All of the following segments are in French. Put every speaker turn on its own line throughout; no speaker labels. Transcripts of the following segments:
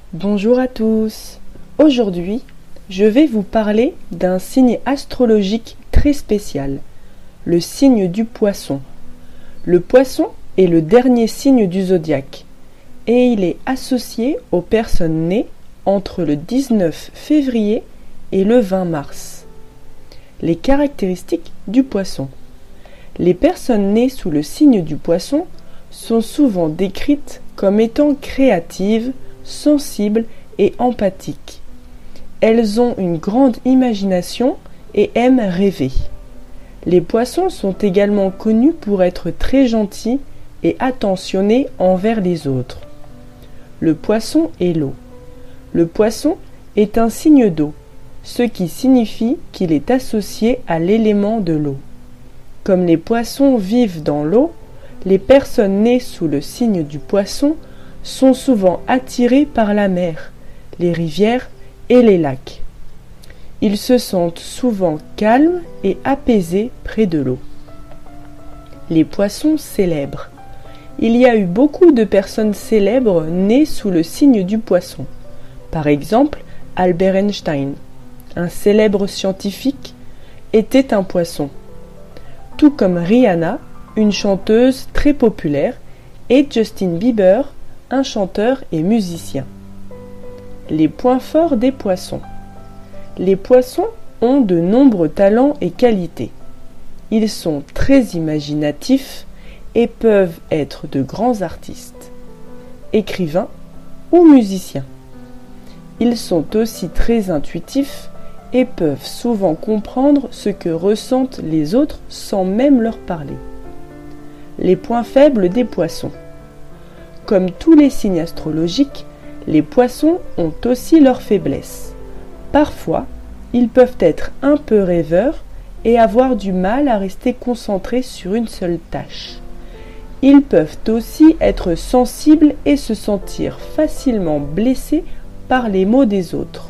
Bonjour à tous. Aujourd'hui, je vais vous parler d'un signe astrologique très spécial, le signe du Poisson. Le Poisson est le dernier signe du zodiaque et il est associé aux personnes nées entre le 19 février et le 20 mars. Les caractéristiques du Poisson. Les personnes nées sous le signe du Poisson sont souvent décrites comme étant créatives, sensibles et empathiques. Elles ont une grande imagination et aiment rêver. Les Poissons sont également connus pour être très gentils et attentionnés envers les autres. Le Poisson et l'eau. Le Poisson est un signe d'eau, ce qui signifie qu'il est associé à l'élément de l'eau. Comme les Poissons vivent dans l'eau, les personnes nées sous le signe du Poisson sont souvent attirées par la mer, les rivières et les lacs. Ils se sentent souvent calmes et apaisés près de l'eau. Les Poissons célèbres. Il y a eu beaucoup de personnes célèbres nées sous le signe du Poisson. Par exemple, Albert Einstein, un célèbre scientifique, était un Poisson. Tout comme Rihanna, une chanteuse très populaire, et Justin Bieber, un chanteur et musicien. Les points forts des Poissons. Les Poissons ont de nombreux talents et qualités. Ils sont très imaginatifs et peuvent être de grands artistes, écrivains ou musiciens. Ils sont aussi très intuitifs et peuvent souvent comprendre ce que ressentent les autres sans même leur parler. Les points faibles des Poissons. Comme tous les signes astrologiques, les Poissons ont aussi leurs faiblesses. Parfois, ils peuvent être un peu rêveurs et avoir du mal à rester concentrés sur une seule tâche. Ils peuvent aussi être sensibles et se sentir facilement blessés par les mots des autres.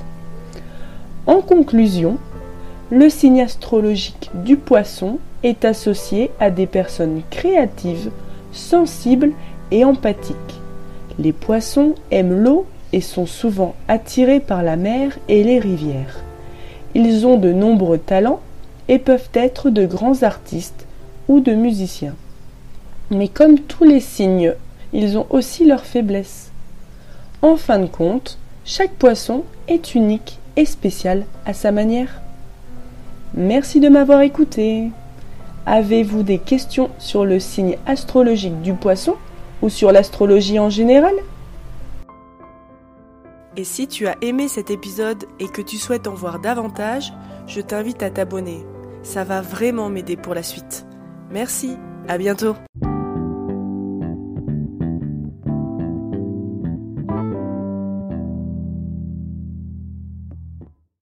En conclusion, le signe astrologique du Poisson est associé à des personnes créatives, sensibles et empathiques. Les Poissons aiment l'eau et sont souvent attirés par la mer et les rivières. Ils ont de nombreux talents et peuvent être de grands artistes ou de musiciens. Mais comme tous les signes, ils ont aussi leurs faiblesses. En fin de compte, chaque Poisson est unique et spécial à sa manière. Merci de m'avoir écouté. Avez-vous des questions sur le signe astrologique du Poisson ou sur l'astrologie en général? Et si tu as aimé cet épisode et que tu souhaites en voir davantage, je t'invite à t'abonner. Ça va vraiment m'aider pour la suite. Merci, à bientôt.